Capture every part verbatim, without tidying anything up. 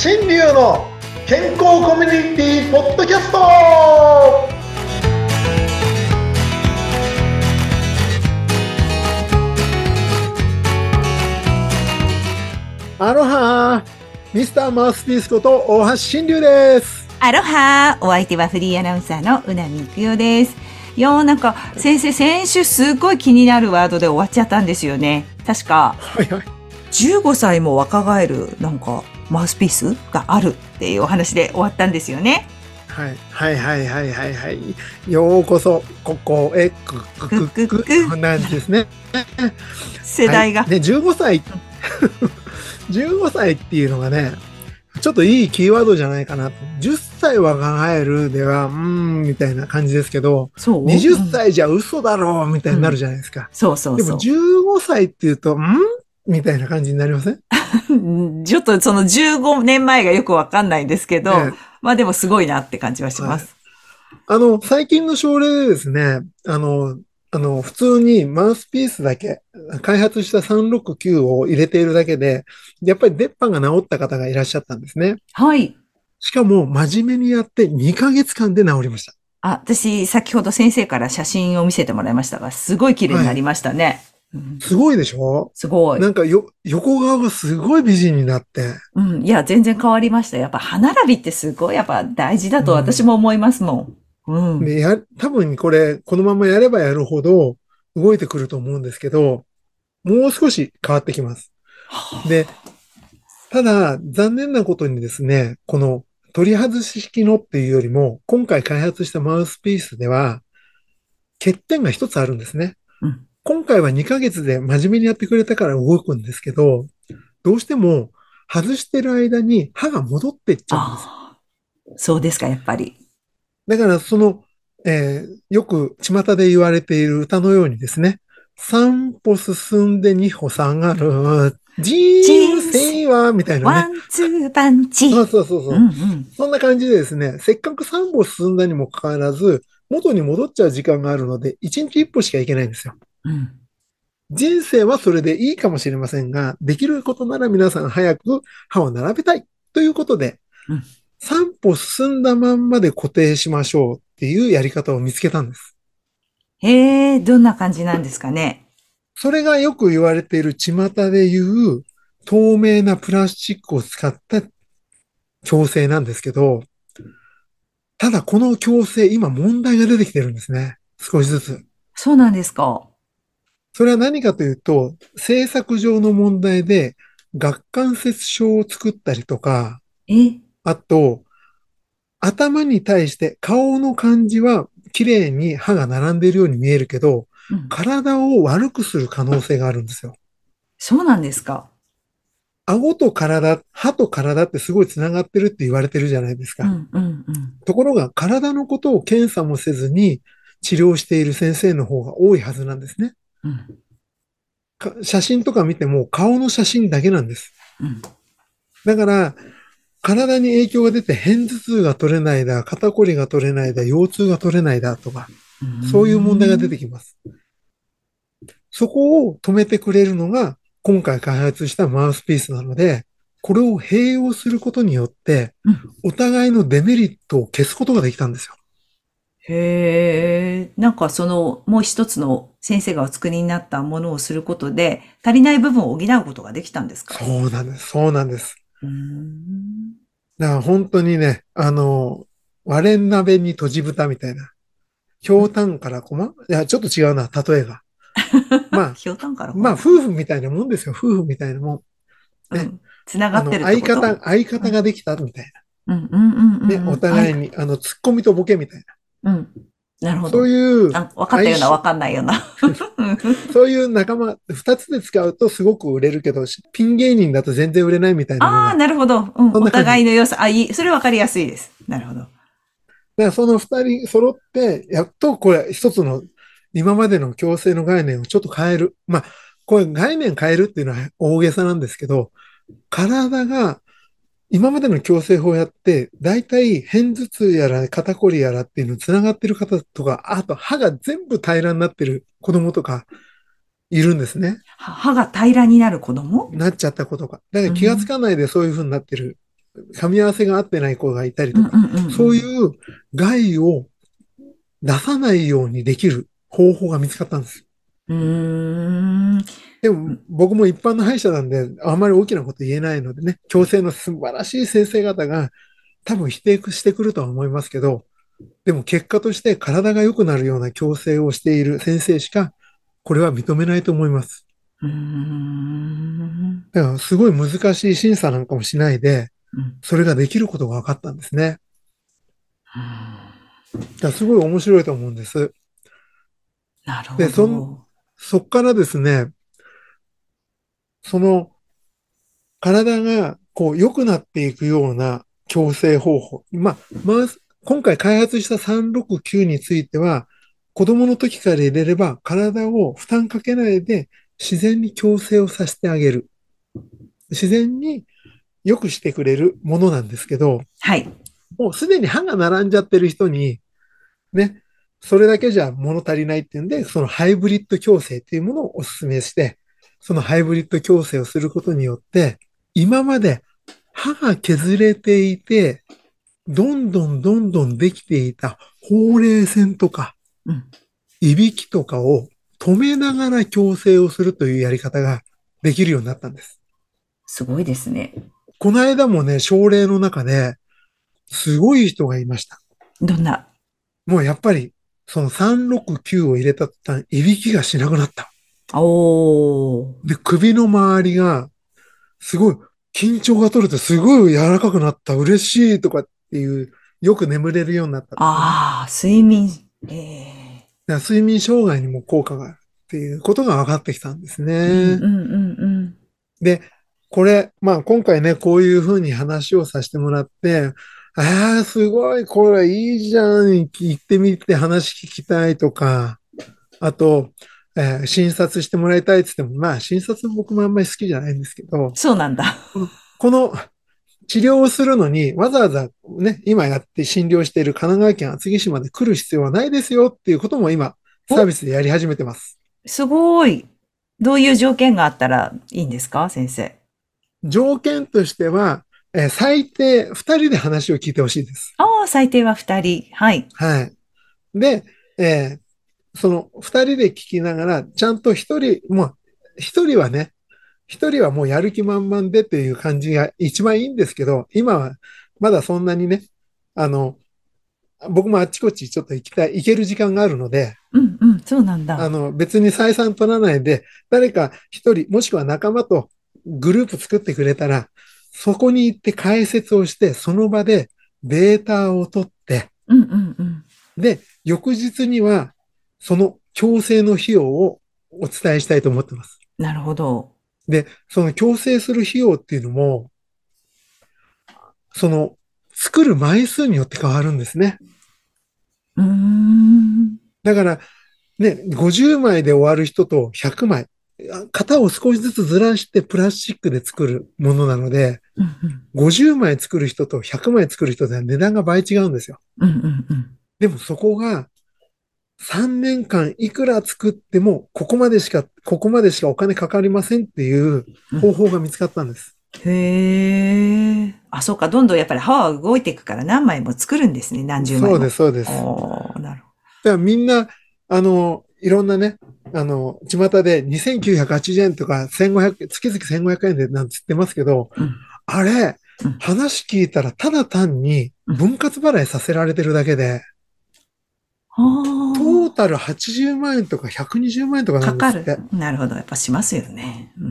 新流の健康コミュニティポッドキャスト。アロハー、ミスターマウスピースこと大橋新流です。 アロハー、お相手はフリーアナウンサーのうなみいくよです。いやーなんか先生、先週すごい気になるワードで終わっちゃったんですよね。確か、 はいはい、 じゅうごさいも若返るなんかマウスピースがあるっていうお話で終わったんですよね。 はい、はいはいはいはいはい。ようこそここへクッククッククなんですね。 世代が、 はい、ね、じゅうごさいじゅうごさいっていうのがね、ちょっといいキーワードじゃないかなと。じゅっさい若返るでは、うーん、みたいな感じですけど、 そう、 はたうんちじゃ嘘だろう、みたいになるじゃないですか。うん、 そうそうそう。 でもじゅうごさいっていうと、んみたいな感じになりません？ ちょっとそのじゅうごねんまえがよくわかんないんですけど、 ね、 まあでもすごいなって感じはしはい。 ます。 あの、最近の症例でですね、あの、あの、普通にマウスピースだけ、開発したさんろくきゅうを入れているだけで、やっぱり出っ歯が治った方がいらっしゃったんですね。 はい。 しかも、真面目にやってにかげつかんで治りました。 あ、私、先ほど先生から写真を見せてもらいましたが、すごい綺麗にはい。 なりましたね。うん、 すごいでしょ？ すごい。 なんかよ、横顔がすごい美人になって。 うん。いや、全然変わりました。やっぱ歯並びってすごい、やっぱ大事だと私うん。 も思いますもん。うん。 で、や、多分これ、このままやればやるほど動いてくると思うんですけど、もう少し変わってきます。で、ただ、残念なことにですね、この取り外し式のっていうよりも、今回開発したマウスピースでは、欠点が一つあるんですね。 うん。 今回はにかげつで真面目にやってくれたから動くんですけど、どうしても外してる間に歯が戻っていっちゃうんです。 ああ、そうですか、やっぱり。 だからその、えーよく巷で言われている歌のようにですね、三歩進んで二歩下がる、人人生、 生は、みたいなね。 ワン、ツー、パンチ。 そうそうそううんうそう。 ん。 そんな感じでですね、せっかく三歩進んだにもかかわらず、元に戻っちゃう時間があるので、一日一歩しか行けないんですよ。 うん。 人生はそれでいいかもしれませんが、できることなら皆さん早く歯を並べたいということで、 うん。 三歩進んだまんまで固定しましょうっていうやり方を見つけたんです。 へえ、どんな感じなんですかね。 それがよく言われている巷で言う透明なプラスチックを使った矯正なんですけど、ただこの矯正、今問題が出てきてるんですね。少しずつ。 そうなんですか。 それは何かというと、製作上の問題で、顎関節症を作ったりとか、 え、 あと、頭に対して顔の感じは綺麗に歯が並んでいるように見えるけど、 うん。 体を悪くする可能性があるんですよ。 そうなんですか。 顎と体、歯と体ってすごいつながってるって言われてるじゃないですか。 うんうんうん。 ところが、体のことを検査もせずに治療している先生の方が多いはずなんですね。 うん。 か写真とか見ても顔の写真だけなんです。 うん。 だから、体に影響が出て片頭痛が取れないだ、肩こりが取れないだ、腰痛が取れないだとか、 うーそういう問題が出てん。 きます。そこを止めてくれるのが今回開発したマウスピースなので、これを併用することによって、 うん。 お互いのデメリットを消すことができたんですよ。 へえ。なんかその、もう一つの先生がお作りになったものをすることで、足りない部分を補うことができたんですか？ そうなんです。そうなんです。 うーん。 だから本当にね、あの、割れん鍋に閉じ蓋みたいな。 うん。 ひょうたんから駒いや、ちょっと違うな、例えが。まあ、 ひょうたんからまあ、 こま。 夫婦みたいなもんですよ。夫婦みたいなもん。ね。 うん。つながってあの、 るってこと？ 相方、相うん。 方ができたみたいうんうんうんうな。ね。おんうん。あいか。 互いに、あの、ツッコミとボケみたいな。 うん。なるほそうど。 いうあ、わかったような、 相性、 わかんないような。 そういう仲間、二つで使うとすごく売れるけど、ピン芸人だと全然売れないみたいなのああ、 が、 なるほど。うん。おそんな感じ。だか互いの良さ。あ、いい。それわかりやすいです。なるほど。 らその二人揃って、やっとこれ一つの今までの共生の概念をちょっと変える。まあ、これ概念変えるっていうのは大げさなんですけど、体が今までの矯正法やって、だいたい片頭痛やら肩こりやらっていうのにつながってる方とか、あと歯が全部平らになってる子供とかいるんですね。 は歯が平らになる子供？ なっちゃった子とか。だから気がつうん。 かないでそういう風になってる。 噛み合わせが合ってない子がいたりうんとか、 うんうんうん。 そういう害を出さないようにできる方法が見つかったんです。 うーん。 でも僕も一般の歯医者なんで、あまり大きなこと言えないのでね、矯正の素晴らしい先生方が多分否定してくるとは思いますけど、でも結果として体が良くなるような矯正をしている先生しか、これは認めないと思います。 うーん。 だからすごい難しい審査なんかもしないで、 うん。 それができることが分かったんですね。 うん。 だからすごい面白いと思うんです。で、 なるほそん、 ど。 そっからですね、その体がこう良くなっていくような矯正方法。まあ、まあ、今回開発したさんろくきゅうについては、子供の時から入れれば体を負担かけないで自然に矯正をさせてあげる。自然に良くしてくれるものなんですけど、 はい。 もうすでに歯が並んじゃってる人に、ね、それだけじゃ物足りないっていうんで、そのハイブリッド矯正っていうものをお勧めして、そのハイブリッド矯正をすることによって、今まで歯が削れていて、どんどんどんどんできていたほうれい線とか、 うん。 いびきとかを止めながら矯正をするというやり方ができるようになったんです。 すごいですね。 この間もね、症例の中ですごい人がいました。 どんな。 もうやっぱり、そのさんろくきゅうを入れた途端、いびきがしなくなった。 おー。 で、首の周りが、すごい、緊張が取れて、すごい柔らかくなった。嬉しいとかっていう、よく眠れるようになったとかね。 ああ、睡眠。ええ。 だから睡眠障害にも効果があるっていうことが分かってきたんですね。 うんうんうんうん。 で、これ、まあ今回ね、こういうふうに話をさせてもらって、ああ、すごい、これいいじゃん、行ってみて話聞きたいとか、あと、えー診察してもらいたいって言っても、まあ診察僕もあんまり好きじゃないんですけど、 そうなんだ。 この、この治療をするのに、わざわざね、今やって診療している神奈川県厚木市まで来る必要はないですよっていうことも今、サーお、 ビスでやり始めてます。 すごい。どういう条件があったらいいんですか、先生。 条件としては、えー最低ふたりで話を聞いてほしいです。 ああ、最低は二人。はい。 はい。で、えーそのふたりで聞きながら、ちゃんとひとり、もうひとりはね、一人はもうやる気満々でという感じが一番いいんですけど、今はまだそんなにね、あの、僕もあっちこっちちょっと行きたい、行ける時間があるので、 うんうん、そうなんだ。 あの、別に採算取らないで、誰か一人、もしくは仲間とグループ作ってくれたら、そこに行って解説をして、その場でデータを取って、 うんうんうん。 で、翌日には、その強制の費用をお伝えしたいと思ってます。 なるほど。 で、その強制する費用っていうのも、その作る枚数によって変わるんですね。 うーん。 だからね、ごじゅうまいで終わる人とひゃくまい、型を少しずつずらしてプラスチックで作るものなので、 うんうん。 ごじゅうまい作る人とひゃくまい作る人では値段が倍違うんですよ。 うんうんうん。 でもそこがさんねんかんいくら作っても、ここまでしか、ここまでしかお金かかりませんっていう方法が見つかったんです。 へえ。あ、そうか。どんどんやっぱり歯は動いていくから何枚も作るんですね。何十枚も。 そうです、そうです。 おー、なるほだからみんな、あの、いろんなね、あの、巷でにせんきゅうひゃくはちじゅうえんとかせんごひゃく、月々せんごひゃくえんでなんつってますけど、 ど。うん。 あれ、 うん。 話聞いたらただ単にうん。 分割払いさせられてるだけで、 あトーあ。 タルはちじゅうまん円とかひゃくにじゅうまん円とかなかかる。 んですって。 なるほど。やっぱしますよね。うんうん。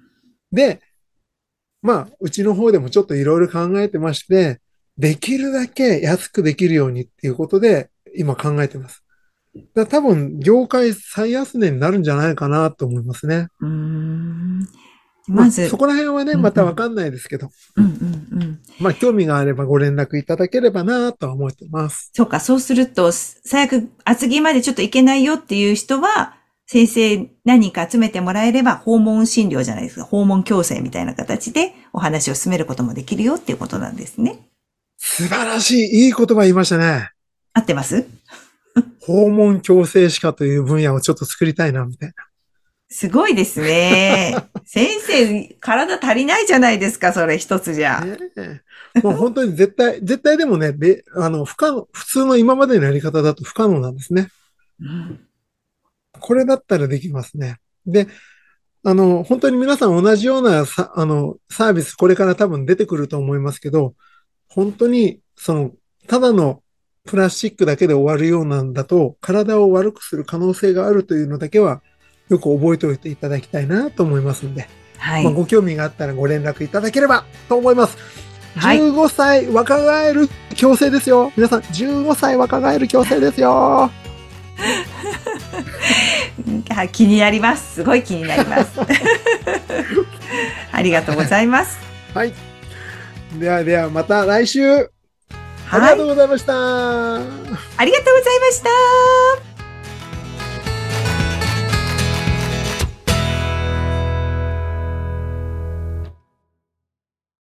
で、まあ、うちの方でもちょっといろいろ考えてまして、できるだけ安くできるようにっていうことで、今考えてます。だから多分、業界最安値になるんじゃないかなと思いますね。 うーん。 まあ、そまず、 こら辺はね、 うんうん。 またわかんないですけど、 うんうんうん。 まあ、興味があればご連絡いただければなとは思ってます。 そうか、そうすると、最悪、厚木までちょっと行けないよっていう人は、先生何人か集めてもらえれば訪問診療じゃないですか。訪問矯正みたいな形でお話を進めることもできるよっていうことなんですね。 素晴らしい、いい言葉言いましたね。 合ってます？ 訪問矯正歯科という分野をちょっと作りたいな、みたいな。 すごいですね。先生ね、体足りないじゃないですか、それ一つじゃ。 ねえ。もう本当に絶対、絶対でもね、べ、あの、不可能、普通の今までのやり方だと不可能なんですね。 うん。 これだったらできますね。で、あの、本当に皆さん同じようなさ、あの、サービス、これから多分出てくると思いますけど、本当に、その、ただのプラスチックだけで終わるようなんだと、体を悪くする可能性があるというのだけは、よく覚えておいていただきたいなと思いますので、まあ、 はい。 ご興味があったらご連絡いただければと思います。 はい。 じゅうごさい若返る矯正ですよ。皆さん、じゅうごさい若返る矯正ですよ。 はい、気になります。すごい気になります。ありがとうございます。 はい。ではではまた来週。ありはい。 がとうございました。 ありがとうございました。